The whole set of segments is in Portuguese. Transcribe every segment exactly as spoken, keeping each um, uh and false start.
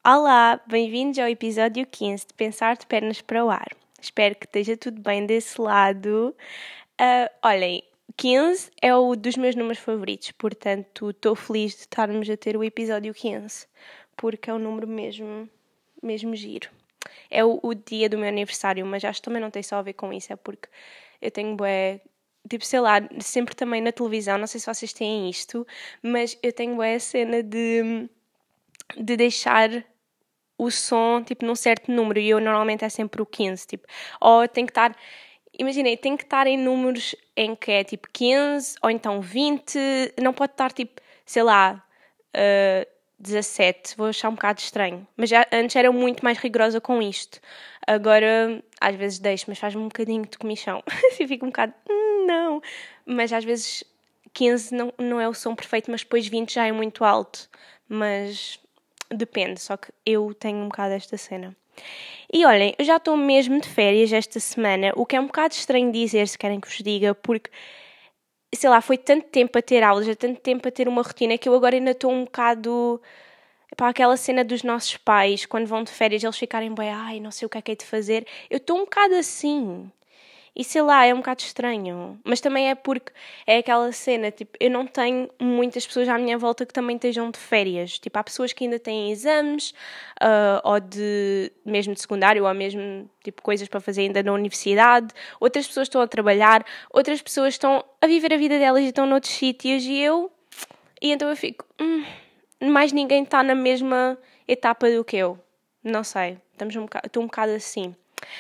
Olá, bem-vindos ao episódio quinze de Pensar de Pernas para o Ar. Espero que esteja tudo bem desse lado. Uh, olhem, quinze é o dos meus números favoritos, portanto estou feliz de estarmos a ter o episódio quinze, porque é um número mesmo, mesmo giro. É o, o dia do meu aniversário, mas acho que também não tem só a ver com isso, é porque eu tenho bué... Tipo, sei lá, sempre também na televisão, não sei se vocês têm isto, mas eu tenho bué a cena de, de deixar o som, tipo, num certo número, e eu normalmente é sempre o quinze, tipo, ou tem que estar, imaginei, tem que estar em números em que é, tipo, quinze, ou então vinte, não pode estar, tipo, sei lá, uh, dezassete, vou achar um bocado estranho, mas já, antes era muito mais rigorosa com isto, agora, às vezes deixo, mas faz-me um bocadinho de comichão, e fico um bocado, hum, não, mas às vezes quinze não, não é o som perfeito, mas depois vinte já é muito alto, mas... Depende, só que eu tenho um bocado esta cena. E olhem, eu já estou mesmo de férias esta semana, o que é um bocado estranho dizer, se querem que vos diga, porque, sei lá, foi tanto tempo a ter aulas, há tanto tempo a ter uma rotina, que eu agora ainda estou um bocado... Para aquela cena dos nossos pais, quando vão de férias, eles ficarem bem, ai, não sei o que é que é de fazer. Eu estou um bocado assim. E sei lá, é um bocado estranho. Mas também é porque é aquela cena, tipo, eu não tenho muitas pessoas à minha volta que também estejam de férias. Tipo, há pessoas que ainda têm exames, uh, ou de, mesmo de secundário, ou mesmo, tipo, coisas para fazer ainda na universidade. Outras pessoas estão a trabalhar, outras pessoas estão a viver a vida delas e estão noutros sítios. E eu... E então eu fico... Hum, mais ninguém está na mesma etapa do que eu. Não sei, estamos um bocado, estou um bocado assim.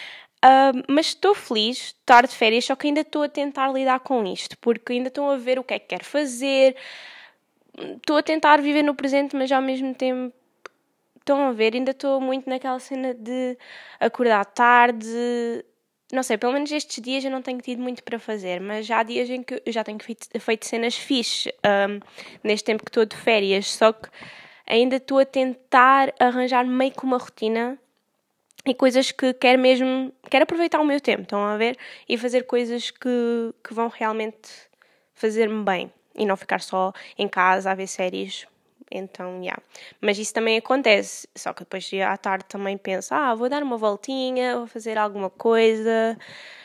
Uh, mas estou feliz de estar de férias, só que ainda estou a tentar lidar com isto, porque ainda estou a ver o que é que quero fazer, estou a tentar viver no presente, mas ao mesmo tempo, estão a ver, ainda estou muito naquela cena de acordar tarde, não sei, pelo menos estes dias eu não tenho tido muito para fazer, mas já há dias em que eu já tenho feito, feito cenas fixe, um, neste tempo que estou de férias, só que ainda estou a tentar arranjar meio que uma rotina e coisas que quero mesmo, quero aproveitar o meu tempo, estão a ver? E fazer coisas que, que vão realmente fazer-me bem. E não ficar só em casa a ver séries. Então, já. Yeah. Mas isso também acontece. Só que depois à tarde também penso, ah, vou dar uma voltinha, vou fazer alguma coisa.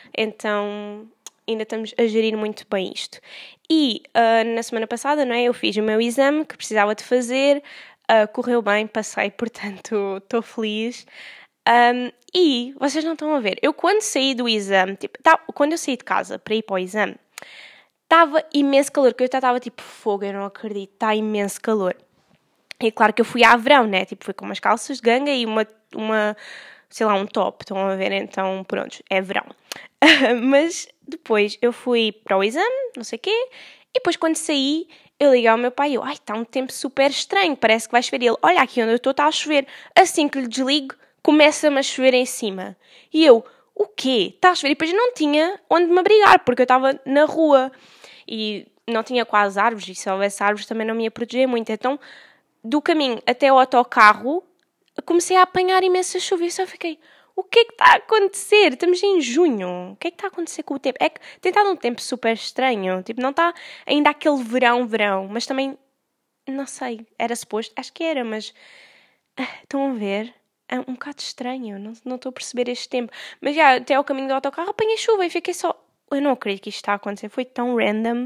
Então, ainda estamos a gerir muito bem isto. E uh, na semana passada, não é? Eu fiz o meu exame que precisava de fazer. Uh, correu bem, passei, portanto, estou feliz. Um, e vocês não estão a ver, eu quando saí do exame, tipo, tá, quando eu saí de casa para ir para o exame, estava imenso calor, que eu já estava tipo, fogo, eu não acredito, está imenso calor. E claro que eu fui à verão, né, tipo, fui com umas calças de ganga e uma, uma sei lá, um top, estão a ver, então, pronto, é verão. Mas depois eu fui para o exame, não sei o quê, e depois quando saí, eu liguei ao meu pai e eu, ai, está um tempo super estranho, parece que vai chover. E ele, olha, aqui onde eu estou está a chover. Assim que lhe desligo, começa-me a chover em cima. E eu, o quê? Está a chover? E depois não tinha onde me abrigar, porque eu estava na rua. E não tinha quase árvores, e se houvesse árvores também não me ia proteger muito. Então, do caminho até o autocarro, comecei a apanhar imensa chuva. E só fiquei, o que é que está a acontecer? Estamos em junho. O que é que está a acontecer com o tempo? É que tem estado um tempo super estranho. Tipo, não está ainda aquele verão, verão. Mas também, não sei, era suposto? Acho que era, mas... Estão a ver? É um bocado estranho, não, não estou a perceber este tempo. Mas já, até ao caminho do autocarro, apanhei chuva e fiquei só... Eu não acredito que isto está a acontecer. Foi tão random,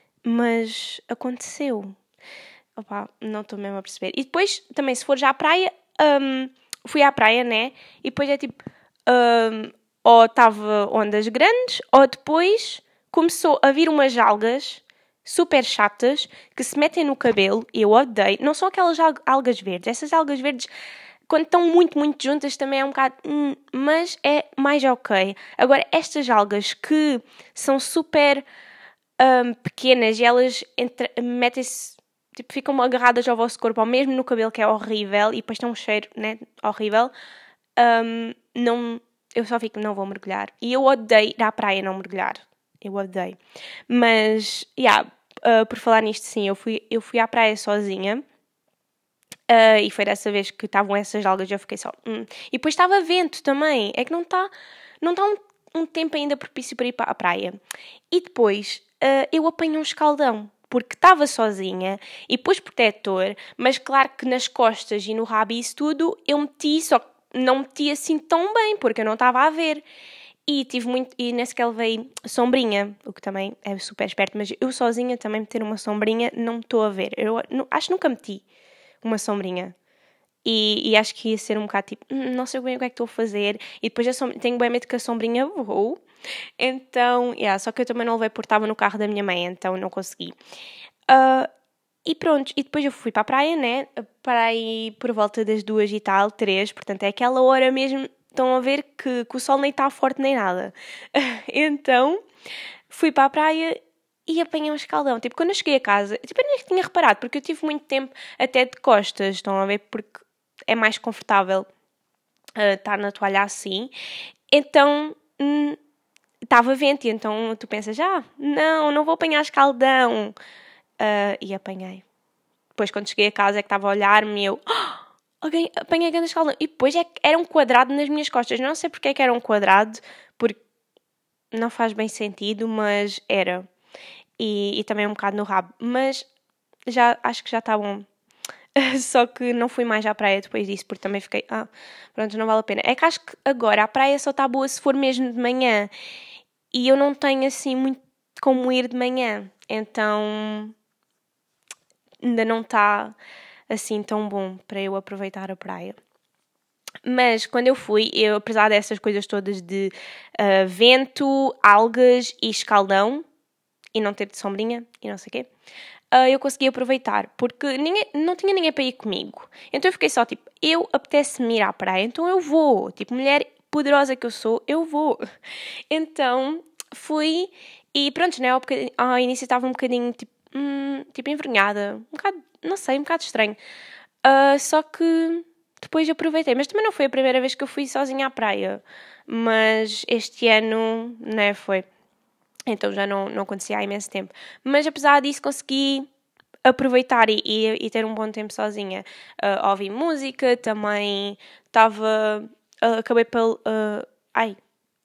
mas aconteceu. Opa, não estou mesmo a perceber. E depois, também, se for já à praia... Um, fui à praia, né? E depois é tipo... Um, ou estava ondas grandes, ou depois começou a vir umas algas super chatas que se metem no cabelo. Eu odeio. Não são aquelas algas verdes. Essas algas verdes... Quando estão muito, muito juntas também é um bocado... Hum, mas é mais ok. Agora, estas algas que são super um, pequenas e elas metem-se... Tipo, ficam agarradas ao vosso corpo, ou mesmo no cabelo, que é horrível. E depois tem um cheiro, né? Horrível. Um, não, eu só fico, não vou mergulhar. E eu odeio ir à praia não mergulhar. Eu odeio. Mas, yeah, uh, por falar nisto, sim, eu fui, eu fui à praia sozinha. Uh, e foi dessa vez que estavam essas algas e eu fiquei só... Hum. E depois estava vento também. É que não está não está um, um tempo ainda propício para ir para a praia. E depois uh, eu apanhei um escaldão. porque estava sozinha e pus protetor, mas claro que nas costas e no rabo e isso tudo eu meti, só que não meti assim tão bem, porque eu não estava a ver. E tive muito, e nem sequer levei sombrinha, o que também é super esperto, mas eu sozinha também meter uma sombrinha não me estou a ver. Eu não, acho que nunca meti uma sombrinha. E, e acho que ia ser um bocado tipo, "Hum, não sei bem o que é que estou a fazer." E depois a sombrinha, tenho bem medo que a sombrinha voou. Então, yeah, só que eu também não levei porque estava no carro da minha mãe, então não consegui. Uh, e pronto, e depois eu fui para a praia, né? Para aí por volta das duas e tal, três, portanto é aquela hora mesmo. Estão a ver que, que o sol nem está forte nem nada. Então, fui para a praia e apanhei um escaldão. Tipo, quando eu cheguei a casa, tipo, eu nem tinha reparado, porque eu tive muito tempo até de costas, estão a ver? Porque é mais confortável uh, estar na toalha assim. Então, hum, estava vento, e então tu pensas, ah, não, não vou apanhar escaldão. Uh, e apanhei. Depois, quando cheguei a casa, é que estava a olhar-me e eu... Oh! Alguém apanhei grande escaldão. E depois é que era um quadrado nas minhas costas. Não sei porque é que era um quadrado, porque não faz bem sentido, mas era. E, e também um bocado no rabo. Mas já acho que já está bom. Só que não fui mais à praia depois disso, porque também fiquei, ah, pronto, não vale a pena. É que acho que agora a praia só está boa se for mesmo de manhã. E eu não tenho assim muito como ir de manhã. Então ainda não está assim tão bom para eu aproveitar a praia. Mas quando eu fui, eu, apesar dessas coisas todas de uh, vento, algas e escaldão, e não ter de sombrinha e não sei o quê, uh, eu consegui aproveitar, porque ninguém, não tinha ninguém para ir comigo. Então eu fiquei só tipo, eu apetece-me ir à praia, então eu vou. Tipo, mulher poderosa que eu sou, eu vou. Então fui e pronto, né, ao, ao início estava um bocadinho tipo, hum, tipo envergonhada, um bocado, não sei, um bocado estranho. Uh, só que depois aproveitei, mas também não foi a primeira vez que eu fui sozinha à praia, mas este ano, né, foi, então já não, não acontecia há imenso tempo, mas apesar disso consegui aproveitar e, e, e ter um bom tempo sozinha. Uh, ouvi música, também estava, uh, acabei por, uh, ai,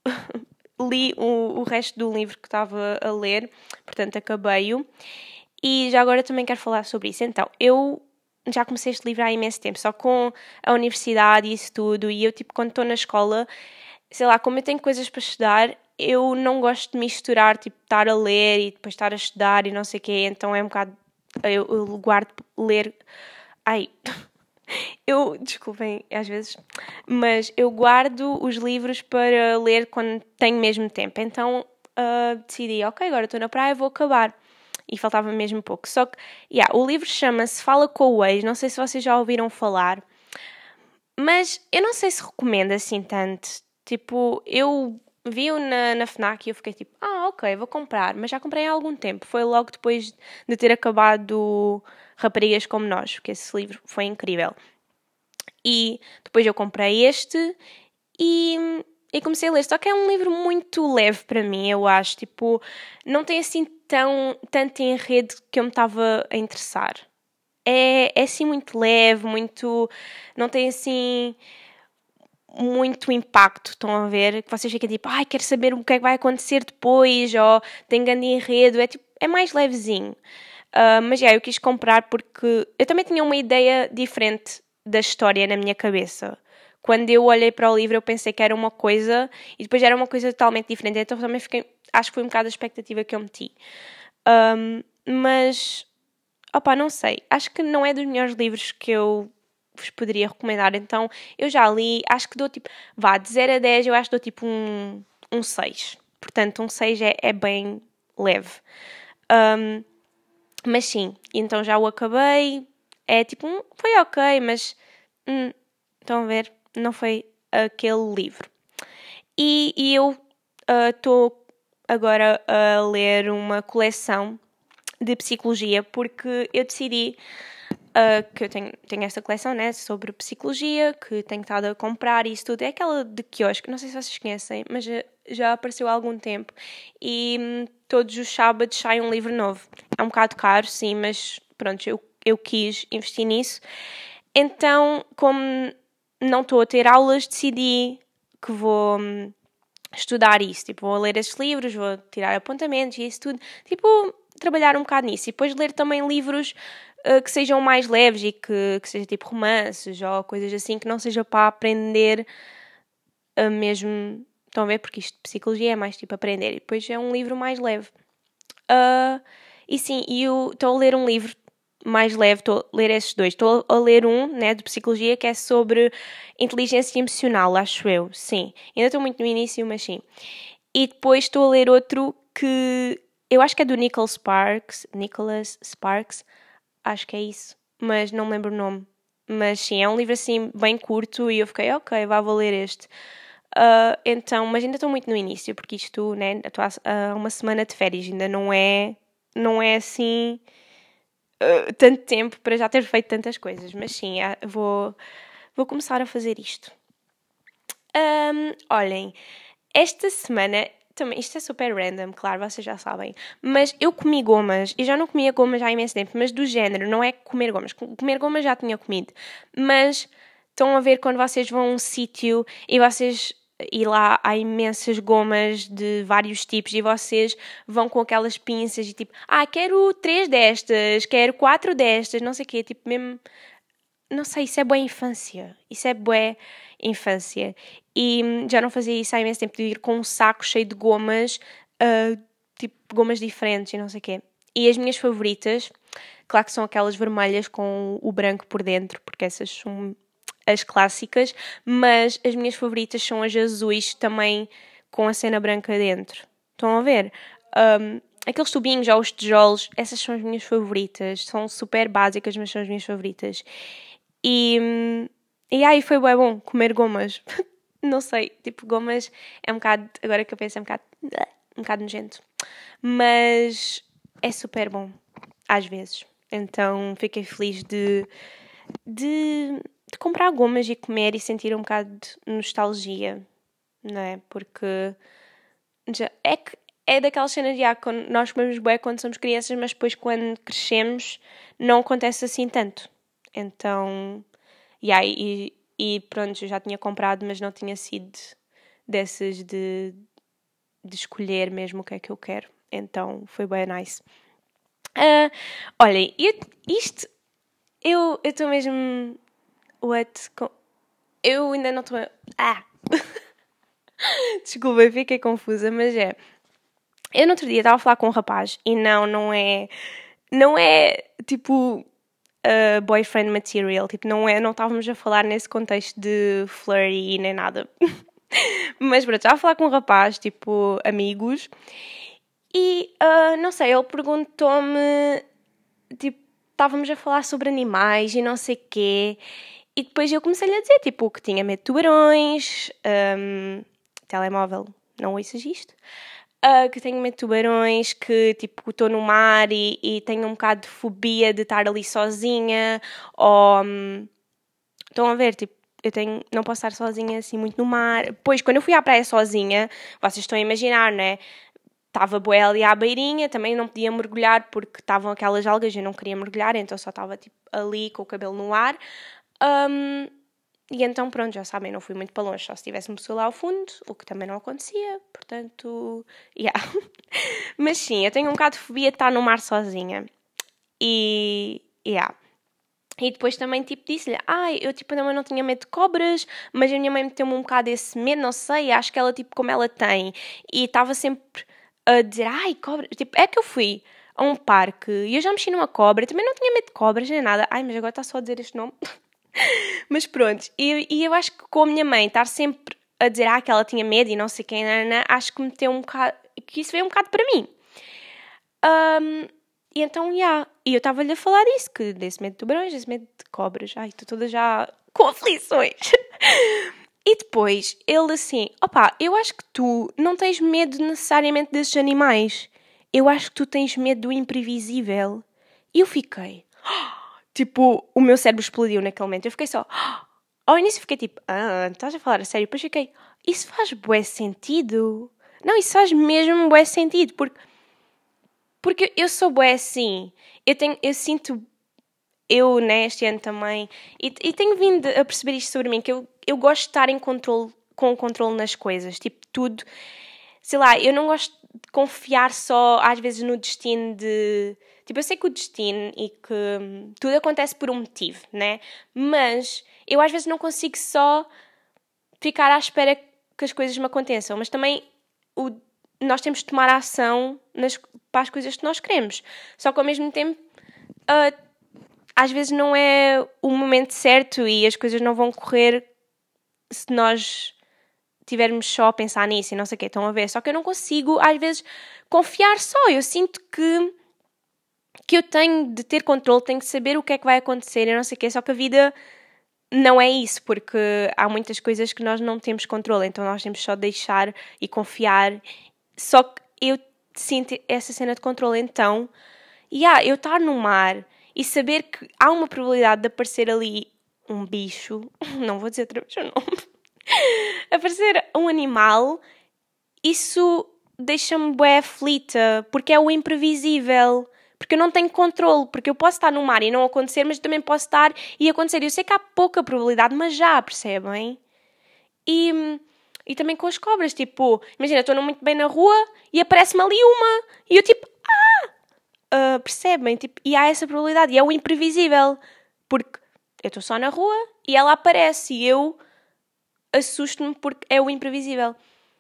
li o, o resto do livro que estava a ler, portanto acabei-o, e já agora também quero falar sobre isso. Então, eu já comecei este livro há imenso tempo, só com a universidade e isso tudo, e eu, tipo, quando estou na escola, sei lá, como eu tenho coisas para estudar, eu não gosto de misturar, tipo, estar a ler e depois estar a estudar e não sei o quê, então é um bocado, eu, eu guardo ler, ai, eu, desculpem, às vezes, mas eu guardo os livros para ler quando tenho mesmo tempo, então uh, decidi, ok, agora estou na praia, vou acabar. E faltava mesmo pouco. Só que, yeah, o livro chama-se Fala com o Ex. Não sei se vocês já ouviram falar. Mas eu não sei se recomendo assim tanto. Tipo, eu vi-o na, na FNAC e eu fiquei tipo, ah, ok, vou comprar. Mas já comprei há algum tempo. Foi logo depois de ter acabado Raparigas Como Nós. Porque esse livro foi incrível. E depois eu comprei este e... E comecei a ler, só que é um livro muito leve para mim, eu acho. Tipo, não tem assim tão, tanto enredo que eu me estava a interessar. É, é assim muito leve, muito... Não tem assim muito impacto, estão a ver? Que vocês ficam tipo, ai, quero saber o que é que vai acontecer depois, ou tem grande enredo. É, tipo, é mais levezinho. Uh, mas, já, yeah, eu quis comprar porque eu também tinha uma ideia diferente da história na minha cabeça. Quando eu olhei para o livro eu pensei que era uma coisa e depois era uma coisa totalmente diferente. Então também fiquei, acho que foi um bocado a expectativa que eu meti. Um, mas, opá, não sei. Acho que não é dos melhores livros que eu vos poderia recomendar. Então eu já li, acho que dou tipo, vá, de zero a dez eu acho que dou tipo um, um seis. Portanto, um seis é, é bem leve. Um, mas sim, então já o acabei. É tipo um, foi ok, mas hum, estão a ver? Não foi aquele livro. E, e eu estou uh, agora a ler uma coleção de psicologia porque eu decidi uh, que eu tenho, tenho esta coleção, né, sobre psicologia, que tenho estado a comprar e isso tudo. É aquela de quiosque, não sei se vocês conhecem, mas já, já apareceu há algum tempo. E hum, todos os sábados sai um livro novo. É um bocado caro, sim, mas pronto, eu, eu quis investir nisso. Então, como não estou a ter aulas, decidi que vou hum, estudar isso. Tipo, vou ler estes livros, vou tirar apontamentos e isso tudo. Tipo, trabalhar um bocado nisso. E depois ler também livros uh, que sejam mais leves e que, que seja tipo romances ou coisas assim, que não seja para aprender uh, mesmo... Estão a ver? Porque isto de psicologia é mais tipo aprender. E depois é um livro mais leve. Uh, e sim, eu estou a ler um livro mais leve, estou a ler esses dois. Estou a ler um, né, de psicologia, que é sobre inteligência emocional, acho eu. Sim, ainda estou muito no início, mas sim. E depois estou a ler outro que eu acho que é do Nicholas Sparks. Nicholas Sparks, acho que é isso, mas não me lembro o nome. Mas sim, é um livro assim bem curto e eu fiquei, ok, vá, vou ler este. Uh, então, mas ainda estou muito no início, porque isto, né, estou há uma semana de férias, ainda não é, não é assim uh, tanto tempo para já ter feito tantas coisas, mas sim, uh, vou, vou começar a fazer isto. Um, olhem, esta semana, também, isto é super random, claro, vocês já sabem, mas eu comi gomas, e já não comia gomas há imenso tempo, mas do género, não é comer gomas, comer gomas já tinha comido, mas estão a ver quando vocês vão a um sítio e vocês... E lá há imensas gomas de vários tipos e vocês vão com aquelas pinças e tipo, ah, quero três destas, quero quatro destas, não sei o quê, tipo mesmo, não sei, isso é boa infância, isso é boa infância. E já não fazia isso há imenso tempo, de ir com um saco cheio de gomas, uh, tipo gomas diferentes e não sei o quê. E as minhas favoritas, claro que são aquelas vermelhas com o branco por dentro, porque essas são... as clássicas, mas as minhas favoritas são as azuis também com a cena branca dentro. Estão a ver? Um, aqueles tubinhos, já os tijolos, essas são as minhas favoritas. São super básicas, mas são as minhas favoritas. E, e aí foi bem bom comer gomas. Não sei, tipo, gomas é um bocado, agora que eu penso, é um bocado, um bocado nojento. Mas é super bom, às vezes. Então fiquei feliz de... de de comprar gomas e comer e sentir um bocado de nostalgia, não é? Porque já é que é daquelas cenas de ah, quando nós comemos bué quando somos crianças, mas depois quando crescemos não acontece assim tanto. Então, yeah, e, e pronto, eu já tinha comprado, mas não tinha sido dessas de, de escolher mesmo o que é que eu quero. Então, foi bem nice. Uh, olhem, isto, eu estou mesmo... What? Eu ainda não estou... Ah! Desculpa, eu fiquei confusa, mas é... Eu no outro dia estava a falar com um rapaz e não, não é... Não é, tipo, uh, boyfriend material. Tipo, não é... Não estávamos a falar nesse contexto de flirty nem nada. Mas pronto, estava a falar com um rapaz, tipo, amigos. E, uh, não sei, ele perguntou-me... Tipo, estávamos a falar sobre animais e não sei o quê... E depois eu comecei-lhe a dizer, tipo, que tinha medo de tubarões, um, telemóvel, não ouças isto, uh, que tenho medo de tubarões, que, tipo, estou no mar e, e tenho um bocado de fobia de estar ali sozinha, ou... Um, estão a ver, tipo, eu tenho, não posso estar sozinha assim muito no mar. Depois, quando eu fui à praia sozinha, vocês estão a imaginar, não é? Estava bué ali à beirinha, também não podia mergulhar porque estavam aquelas algas e eu não queria mergulhar, então só estava, tipo, ali com o cabelo no ar. Um, e então pronto, já sabem, não fui muito para longe, só se tivesse uma pessoa lá ao fundo, o que também não acontecia, portanto, yeah. Mas sim, eu tenho um bocado de fobia de estar no mar sozinha e, yeah. E depois também tipo disse-lhe, ai, ah, eu tipo também não tinha medo de cobras, mas a minha mãe meteu-me um bocado esse medo, não sei, acho que ela tipo como ela tem, e estava sempre a dizer, ai, cobras, tipo, é que eu fui a um parque e eu já mexi numa cobra, também não tinha medo de cobras nem nada, ai, mas agora está só a dizer este nome. Mas pronto, e, e eu acho que com a minha mãe estar sempre a dizer ah, que ela tinha medo e não sei quem, não, não, acho que meteu um bocado, que isso veio um bocado para mim. Um, e então, já, yeah, e eu estava-lhe a falar disso, que desse medo de tubarões, desse medo de cobras, ai, estou toda já com aflições. E depois, ele assim, opá, eu acho que tu não tens medo necessariamente desses animais, eu acho que tu tens medo do imprevisível. E eu fiquei... Tipo, o meu cérebro explodiu naquele momento. Eu fiquei só... Ao início fiquei tipo... Ah, estás a falar a sério? Depois fiquei... Isso faz bué sentido? Não, isso faz mesmo bué sentido. Porque, porque eu sou bué assim. Eu, tenho, eu sinto... Eu, né, este ano também... E, e tenho vindo a perceber isto sobre mim. Que eu, eu gosto de estar em controle, com o controle nas coisas. Tipo, tudo... Sei lá, eu não gosto de confiar só, às vezes, no destino de... Tipo, eu sei que o destino e que hum, tudo acontece por um motivo, né? Mas eu às vezes não consigo só ficar à espera que as coisas me aconteçam. Mas também o, nós temos de tomar ação nas, para as coisas que nós queremos. Só que ao mesmo tempo, uh, às vezes não é o momento certo e as coisas não vão correr se nós tivermos só a pensar nisso e não sei o quê. Estão a ver? Só que eu não consigo, às vezes, confiar só. Eu sinto que, que eu tenho de ter controle, tenho de saber o que é que vai acontecer e não sei o quê. Só que a vida não é isso, porque há muitas coisas que nós não temos controle. Então nós temos só de deixar e confiar. Só que eu sinto essa cena de controle. Então, yeah, eu estar no mar e saber que há uma probabilidade de aparecer ali um bicho, não vou dizer outra vez o nome, aparecer um animal, isso deixa-me bué aflita, porque é o imprevisível, porque eu não tenho controle, porque eu posso estar no mar e não acontecer, mas também posso estar e acontecer. Eu sei que há pouca probabilidade, mas já, percebem? E, e também com as cobras, tipo, imagina, estou muito bem na rua e aparece-me ali uma, e eu tipo, ah, uh, percebem? Tipo, e há essa probabilidade, e é o imprevisível, porque eu estou só na rua e ela aparece e eu assusto-me porque é o imprevisível.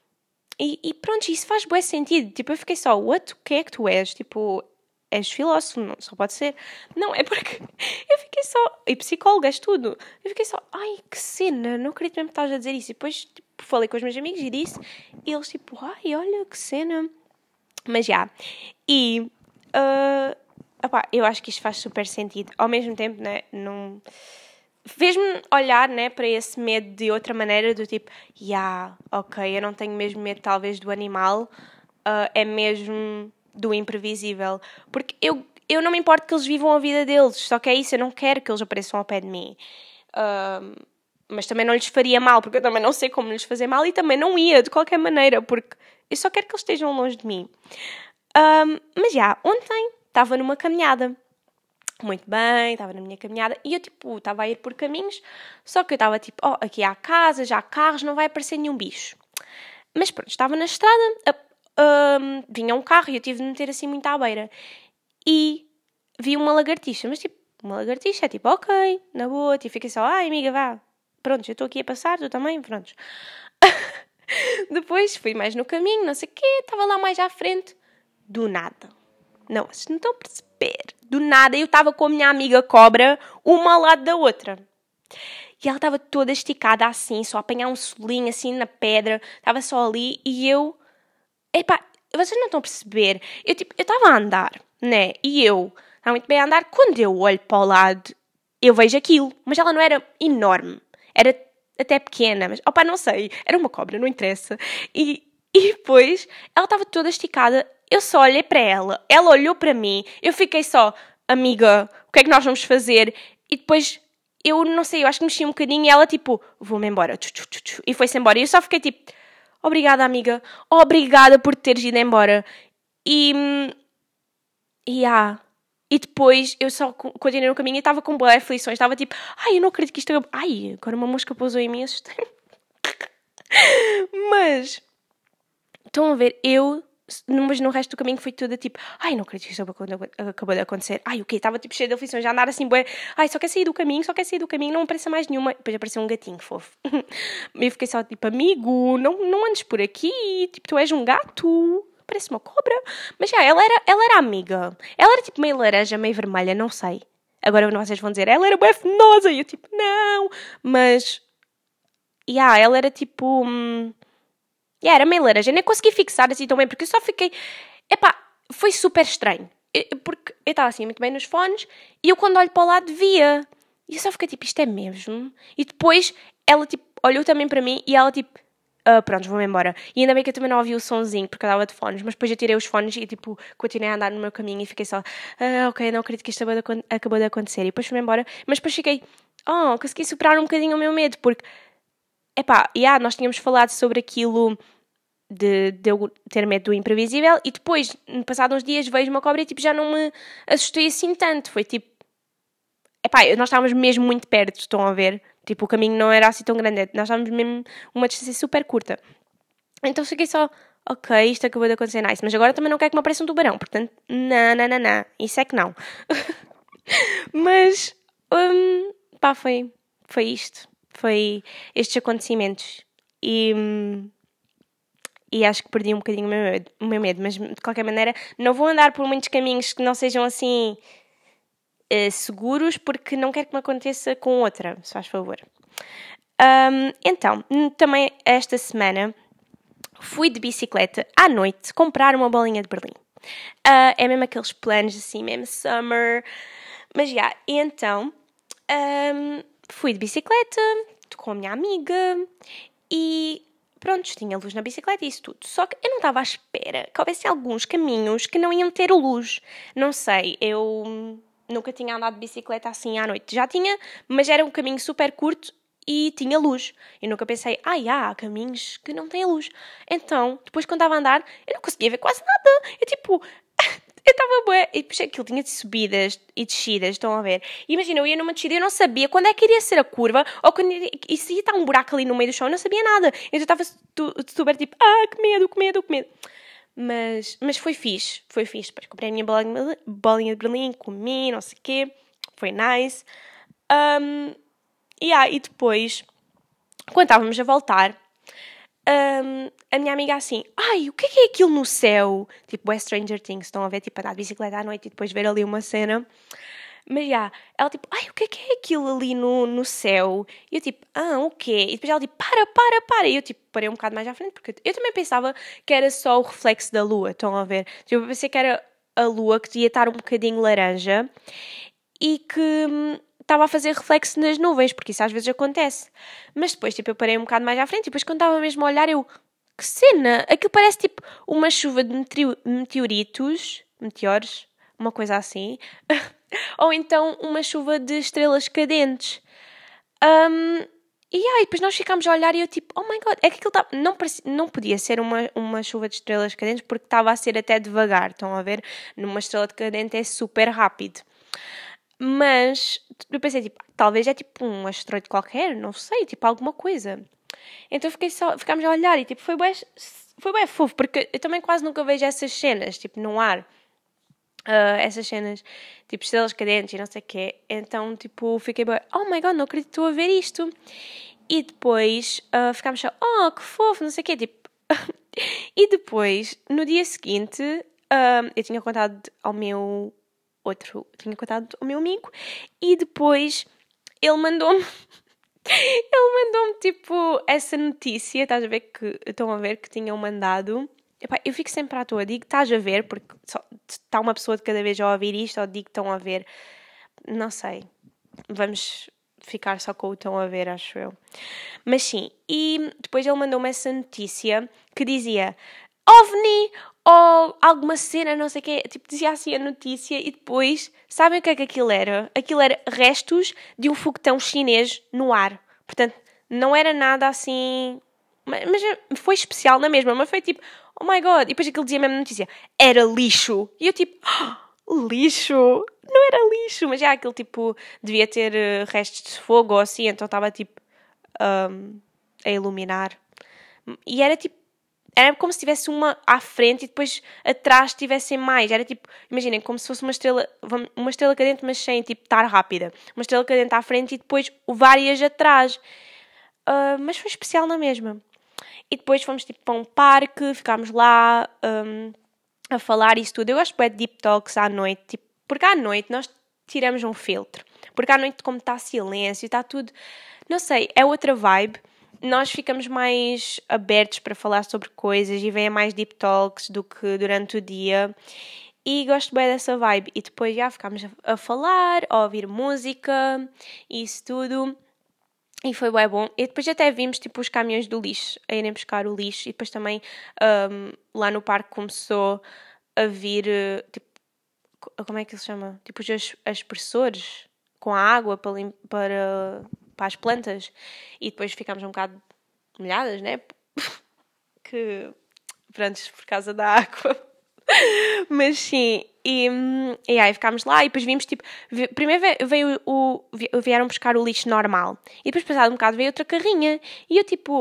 E, e pronto, isso faz bué sentido. Tipo, eu fiquei só, what? Quem é que tu és? Tipo, és filósofo, não, só pode ser. Não, é porque eu fiquei só... E psicóloga, és tudo. Eu fiquei só, ai, que cena, não acredito mesmo que estás a dizer isso. E depois, tipo, falei com os meus amigos e disse, e eles tipo, ai, olha, que cena. Mas já. E... Uh, opá, eu acho que isto faz super sentido. Ao mesmo tempo, né, não... fez-me olhar, né, para esse medo de outra maneira, do tipo, yeah, ok, eu não tenho mesmo medo talvez do animal, uh, é mesmo do imprevisível. Porque eu, eu não me importo que eles vivam a vida deles, só que é isso, eu não quero que eles apareçam ao pé de mim. Uh, mas também não lhes faria mal, porque eu também não sei como lhes fazer mal e também não ia, de qualquer maneira, porque eu só quero que eles estejam longe de mim. Uh, mas já, ontem estava numa caminhada. Muito bem, estava na minha caminhada e eu, tipo, estava a ir por caminhos, só que eu estava, tipo, oh, aqui há casas, há carros, não vai aparecer nenhum bicho. Mas pronto, estava na estrada, uh, um, vinha um carro e eu tive de meter assim muito à beira. E vi uma lagartixa, mas, tipo, uma lagartixa é tipo, ok, na boa, e fiquei só, ai, amiga, vá, pronto, eu estou aqui a passar, tu também, pronto. Depois fui mais no caminho, não sei o quê, estava lá mais à frente, do nada. Não, vocês não estão a perceber. Do nada, eu estava com a minha amiga cobra, uma ao lado da outra. E ela estava toda esticada assim, só a apanhar um solinho assim na pedra. Estava só ali e eu... Epá, vocês não estão a perceber. Eu tipo, eu estava a andar, né? E eu estava muito bem a andar. Quando eu olho para o lado, eu vejo aquilo. Mas ela não era enorme. Era até pequena. Mas, opá, não sei. Era uma cobra, não interessa. E, e depois, ela estava toda esticada. Eu só olhei para ela, ela olhou para mim, eu fiquei só, amiga, o que é que nós vamos fazer? E depois, eu não sei, eu acho que mexi um bocadinho e ela tipo, vou-me embora, e foi-se embora. E eu só fiquei tipo, obrigada amiga, obrigada por teres ido embora. E, e, ah, e depois eu só continuei no caminho e estava com boas aflições, estava tipo, ai, eu não acredito que isto... Ai, agora uma mosca pousou em mim, assustei-me. Mas, estão a ver, eu... mas no resto do caminho foi tudo tipo, ai, não acredito que isto acabou de acontecer, ai, o quê? Estava tipo cheia de aflições, já andar assim, bué, ai, só quer sair do caminho, só quer sair do caminho, não apareça mais nenhuma. Depois apareceu um gatinho fofo. E eu fiquei só tipo, amigo, não, não andes por aqui, tipo, tu és um gato, parece uma cobra. Mas já, ela era, ela era amiga, ela era tipo meio laranja, meio vermelha, não sei. Agora vocês vão dizer, ela era bué venenosa, e eu tipo, não, mas, já, yeah, ela era tipo... Hum, Yeah, era meio laranja, eu nem consegui fixar assim tão bem, porque eu só fiquei... Epá, foi super estranho. Eu, porque eu estava assim muito bem nos fones, e eu quando olho para o lado via. E eu só fiquei tipo, isto é mesmo? E depois ela tipo, olhou também para mim, e ela tipo, ah, pronto, vou-me embora. E ainda bem que eu também não ouvi o sonzinho, porque eu estava de fones, mas depois eu tirei os fones e tipo, continuei a andar no meu caminho e fiquei só, ah, ok, não acredito que isto acabou de acontecer. E depois fui-me embora, mas depois fiquei, oh, consegui superar um bocadinho o meu medo, porque... Epá, yeah, nós tínhamos falado sobre aquilo de, de eu ter medo do imprevisível e depois, passados uns dias, vejo uma cobra e tipo, já não me assustei assim tanto. Foi tipo... Epá, nós estávamos mesmo muito perto, estão a ver? Tipo, o caminho não era assim tão grande. Nós estávamos mesmo uma distância super curta. Então fiquei só... ok, isto acabou de acontecer, nice, mas agora também não quero que me apareça um tubarão, portanto, não, não, não, não, isso é que não. Mas, um, pá, foi, foi isto, foi estes acontecimentos, e, hum, e acho que perdi um bocadinho o meu medo, o meu medo, mas de qualquer maneira, não vou andar por muitos caminhos que não sejam assim uh, seguros, porque não quero que me aconteça com outra, se faz favor. Um, então, também esta semana fui de bicicleta à noite comprar uma bolinha de Berlim. Uh, é mesmo aqueles planos assim, mesmo summer. Mas já, yeah, e então um, fui de bicicleta com a minha amiga e pronto, tinha luz na bicicleta e isso tudo. Só que eu não estava à espera que houvesse alguns caminhos que não iam ter luz. Não sei, eu nunca tinha andado de bicicleta assim à noite. Já tinha, mas era um caminho super curto e tinha luz. Eu nunca pensei, ah, há caminhos que não têm luz. Então, depois quando estava a andar, eu não conseguia ver quase nada. Eu tipo, eu estava bué. E depois aquilo tinha de subidas e descidas, estão a ver? E imagina, eu ia numa descida e eu não sabia quando é que iria ser a curva ou quando iria, e se ia estar um buraco ali no meio do chão, eu não sabia nada. Então eu estava super tipo, ah, que medo, que medo, que medo. Mas, mas foi fixe, foi fixe. Depois comprei a minha bolinha, bolinha de Berlim, comi, não sei o quê. Foi nice. Um, Yeah, e depois, quando estávamos a voltar, um, a minha amiga assim, ai, o que é que é aquilo no céu? Tipo, é Stranger Things, estão a ver, tipo, andar de bicicleta à noite e depois ver ali uma cena. Mas, yeah, ela tipo, ai, o que é que é aquilo ali no, no céu? E eu tipo, ah, o quê? E depois ela tipo, para, para, para. E eu tipo, parei um bocado mais à frente, porque eu também pensava que era só o reflexo da lua, estão a ver? Tipo, eu pensei que era a lua que devia estar um bocadinho laranja e que estava a fazer reflexo nas nuvens, porque isso às vezes acontece. Mas depois, tipo, eu parei um bocado mais à frente e depois quando estava mesmo a olhar, eu... Que cena! Aquilo parece, tipo, uma chuva de meteoritos... Meteoros? Uma coisa assim. Ou então uma chuva de estrelas cadentes. Um, e aí, depois nós ficámos a olhar e eu tipo, oh my god, é que aquilo tá... não, parecia... não podia ser uma, uma chuva de estrelas cadentes porque estava a ser até devagar, estão a ver? Numa estrela cadente é super rápido. Mas eu pensei, tipo, talvez é tipo um asteroide qualquer, não sei, tipo alguma coisa. Então fiquei só, ficámos a olhar e tipo, foi bem, foi bem fofo, porque eu também quase nunca vejo essas cenas, tipo, no ar. Uh, essas cenas, tipo, estrelas cadentes e não sei o quê. Então, tipo, fiquei bem, oh my god, não acredito que estou a ver isto. E depois uh, ficámos só, oh, que fofo, não sei o quê, tipo... E depois, no dia seguinte, uh, eu tinha contado ao meu... outro, tinha contado ao meu amigo e depois ele mandou-me ele mandou-me tipo essa notícia, estás a ver que estão a ver que tinham mandado. Epá, eu fico sempre à toa, digo estás a ver porque só, está uma pessoa de cada vez a ouvir isto ou digo que estão a ver, não sei, vamos ficar só com o estão a ver, acho eu, mas sim. E depois ele mandou-me essa notícia que dizia OVNI ou alguma cena, não sei o quê, tipo, dizia assim a notícia e depois, sabem o que é que aquilo era? Aquilo era restos de um foguetão chinês no ar. Portanto, não era nada assim... Mas, mas foi especial na mesma, mas foi tipo, oh my god. E depois aquilo dizia mesmo na notícia, era lixo. E eu tipo, oh, lixo? Não era lixo, mas já aquilo tipo, devia ter uh, restos de fogo ou assim, então estava tipo um, a iluminar. E era tipo, era como se tivesse uma à frente e depois atrás tivessem mais. Era tipo, imaginem, como se fosse uma estrela, uma estrela cadente, mas sem tipo estar rápida. Uma estrela cadente à frente e depois várias atrás. Uh, mas foi especial na mesma. E depois fomos tipo para um parque, ficámos lá um, a falar isso tudo. Eu gosto de deep talks à noite, tipo, porque à noite nós tiramos um filtro. Porque à noite, como está silêncio, está tudo, não sei, é outra vibe. Nós ficamos mais abertos para falar sobre coisas e vem mais deep talks do que durante o dia. E gosto bem dessa vibe. E depois já ficámos a falar, a ouvir música, isso tudo. E foi bem bom. E depois até vimos tipo os caminhões do lixo a irem buscar o lixo. E depois também um, lá no parque começou a vir, tipo, como é que se chama? Tipo os aspersores com a água para, lim- para, para as plantas. E depois ficámos um bocado molhadas, né? Que, pronto, por causa da água. Mas sim, e, e aí ficámos lá e depois vimos, tipo, primeiro veio o, vieram buscar o lixo normal e depois passado um bocado veio outra carrinha e eu tipo,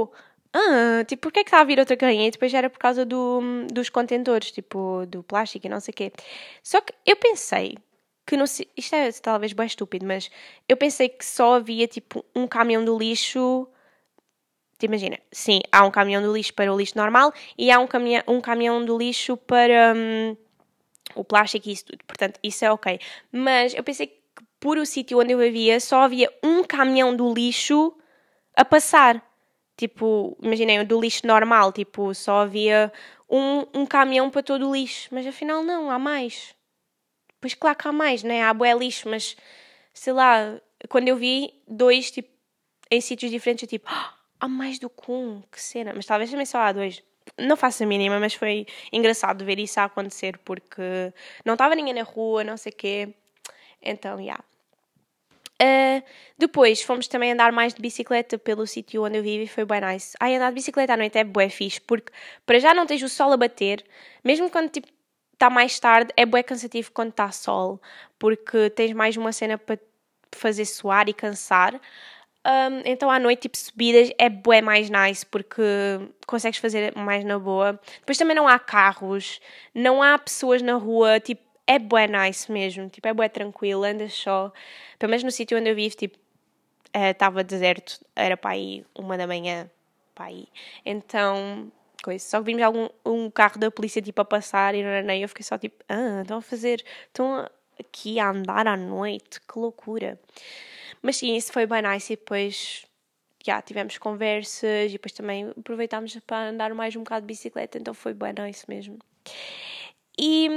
ah, tipo, porquê é que está a vir outra carrinha? E depois era por causa do, dos contentores, tipo, do plástico e não sei o quê. Só que eu pensei que não sei, isto é talvez bem estúpido, mas eu pensei que só havia, tipo, um caminhão do lixo. Te imagina, sim, há um caminhão do lixo para o lixo normal e há um caminhão, um caminhão do lixo para hum, o plástico e isso tudo. Portanto, isso é ok. Mas eu pensei que por o sítio onde eu vivia só havia um caminhão do lixo a passar. Tipo, imaginei, do lixo normal, tipo, só havia um, um caminhão para todo o lixo. Mas afinal não, há mais. Pois claro que há mais, né? Há bué lixo, mas sei lá, quando eu vi dois, tipo, em sítios diferentes, eu tipo, "Ah, há mais do que um, que cena." Mas talvez também só há dois. Não faço a mínima, mas foi engraçado ver isso a acontecer, porque não estava ninguém na rua, não sei o quê. Então, já. Yeah. Uh, depois fomos também andar mais de bicicleta pelo sítio onde eu vivo e foi bem nice. Ai, andar de bicicleta à noite é bué fixe, porque para já não tens o sol a bater, mesmo quando tipo está mais tarde, é bué cansativo quando está sol, porque tens mais uma cena para fazer suar e cansar. Um, então à noite, tipo, subidas é bué mais nice, porque consegues fazer mais na boa. Depois também não há carros, não há pessoas na rua, tipo, é bué nice mesmo, tipo, é bué tranquilo, andas só. Pelo menos no sítio onde eu vivo, tipo, estava uh, deserto, era para aí uma da manhã, para aí. Então, coisa, só vimos algum um carro da polícia, tipo, a passar e não, não, eu fiquei só, tipo, ah, estão a fazer, estão aqui a andar à noite, que loucura. Mas sim, isso foi bem nice e depois já tivemos conversas e depois também aproveitámos para andar mais um bocado de bicicleta, então foi bem nice mesmo. E,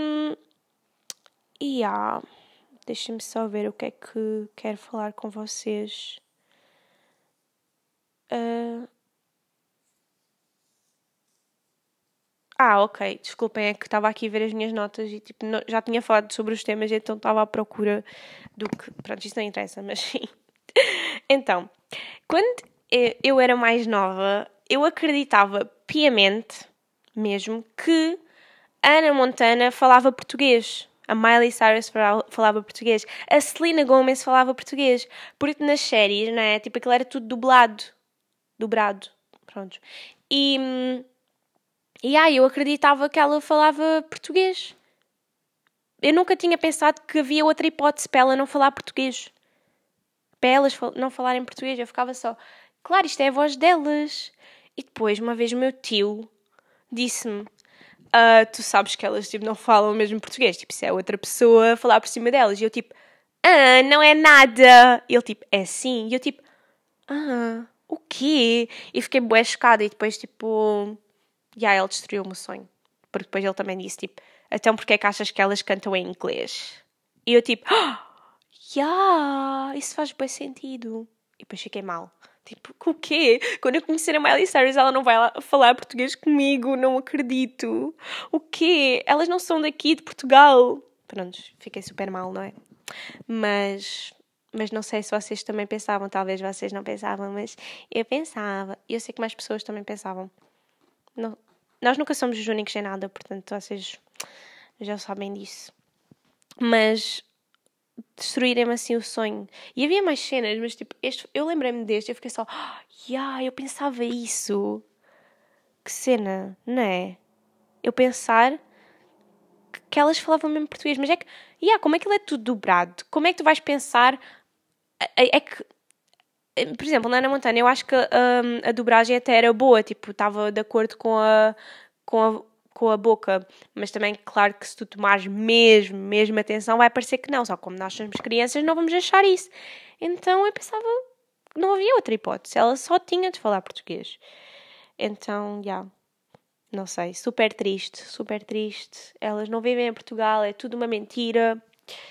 e yeah, deixem-me só ver o que é que quero falar com vocês. Uh... Ah, ok, desculpem, é que estava aqui a ver as minhas notas e tipo, não, já tinha falado sobre os temas, então estava à procura do que... Pronto, isto não interessa, mas sim. Então, quando eu era mais nova, eu acreditava piamente, mesmo, que a Hannah Montana falava português. A Miley Cyrus falava português. A Selena Gomez falava português. Porque nas séries, não é? Tipo, aquilo era tudo dublado. Dobrado. Pronto. E... E aí, eu acreditava que ela falava português. Eu nunca tinha pensado que havia outra hipótese para ela não falar português. Para elas não falarem português. Eu ficava só... Claro, isto é a voz delas. E depois, uma vez, o meu tio disse-me... Uh, tu sabes que elas tipo, não falam mesmo português. Tipo, se é outra pessoa a falar por cima delas. E eu tipo... Ah, não é nada. E ele tipo... É sim. E eu tipo... Ah, o quê? E fiquei bué chocada. E depois tipo... E aí ele destruiu o meu sonho. Porque depois ele também disse tipo... Então porquê é que achas que elas cantam em inglês? E eu tipo... Ah, yeah, isso faz bem sentido. E depois fiquei mal. Tipo, o quê? Quando eu conhecer a Miley Cyrus, ela não vai lá falar português comigo. Não acredito. O quê? Elas não são daqui, de Portugal. Pronto, fiquei super mal, não é? Mas... Mas não sei se vocês também pensavam. Talvez vocês não pensavam, mas eu pensava. E eu sei que mais pessoas também pensavam. Não, nós nunca somos os únicos em nada, portanto, vocês já sabem disso. Mas... destruírem-me assim o sonho. E havia mais cenas, mas tipo, este, eu lembrei-me deste, eu fiquei só, ah, yeah, eu pensava isso. Que cena, não é? Eu pensar que, que elas falavam mesmo português, mas é que, yeah, como é que ele é tudo dobrado? Como é que tu vais pensar? É, é que, por exemplo, na Hannah Montana, eu acho que um, a dobragem até era boa, tipo, estava de acordo com a, com a com a boca, mas também claro que se tu tomares mesmo, mesmo atenção vai parecer que não, só como nós somos crianças não vamos achar isso. Então eu pensava que não havia outra hipótese, ela só tinha de falar português. Então, já, yeah, não sei, super triste, super triste. Elas não vivem em Portugal, é tudo uma mentira.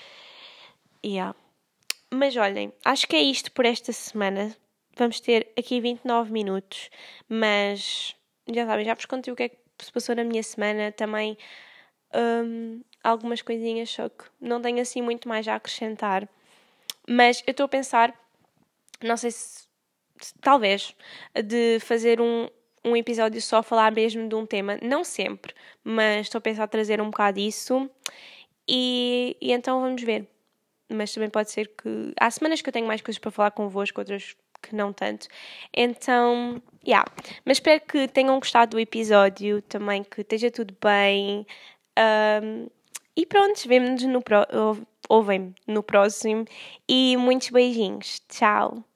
Yeah. Mas olhem, acho que é isto por esta semana. Vamos ter aqui vinte e nove minutos, mas já sabem, já vos contei o que é que se passou na minha semana, também um, algumas coisinhas, só que não tenho assim muito mais a acrescentar. Mas eu estou a pensar, não sei se, se talvez, de fazer um, um episódio só a falar mesmo de um tema, não sempre, mas estou a pensar trazer um bocado disso e, e então vamos ver. Mas também pode ser que... Há semanas que eu tenho mais coisas para falar convosco, outras que não tanto. Então... Yeah. Mas espero que tenham gostado do episódio, também que esteja tudo bem. Um, e pronto, vemo-nos no próximo. Ouvem-me no próximo. E muitos beijinhos. Tchau.